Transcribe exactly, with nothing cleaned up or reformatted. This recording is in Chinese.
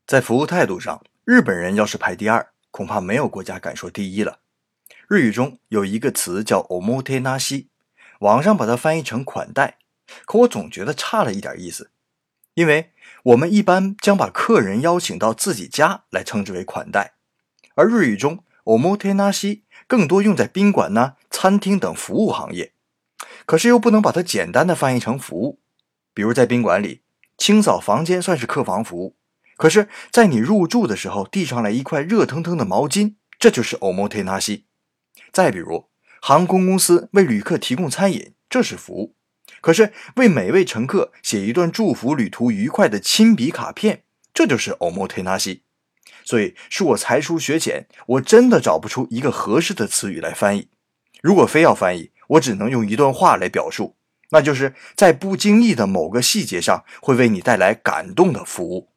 在服务态度上，日本人要是排第二，恐怕没有国家敢说第一了。日语中有一个词叫 omotenashi， 网上把它翻译成款待，可我总觉得差了一点意思。因为我们一般将把客人邀请到自己家来称之为款待，而日语中 omotenashi 更多用在宾馆呢、餐厅等服务行业，可是又不能把它简单的翻译成服务。比如在宾馆里，清扫房间算是客房服务，可是在你入住的时候递上来一块热腾腾的毛巾，这就是 omotenashi。 再比如航空公司为旅客提供餐饮，这是服务，可是为每位乘客写一段祝福旅途愉快的亲笔卡片，这就是 omotenashi。 所以恕我才疏学浅，我真的找不出一个合适的词语来翻译。如果非要翻译，我只能用一段话来表述，那就是在不经意的某个细节上会为你带来感动的服务。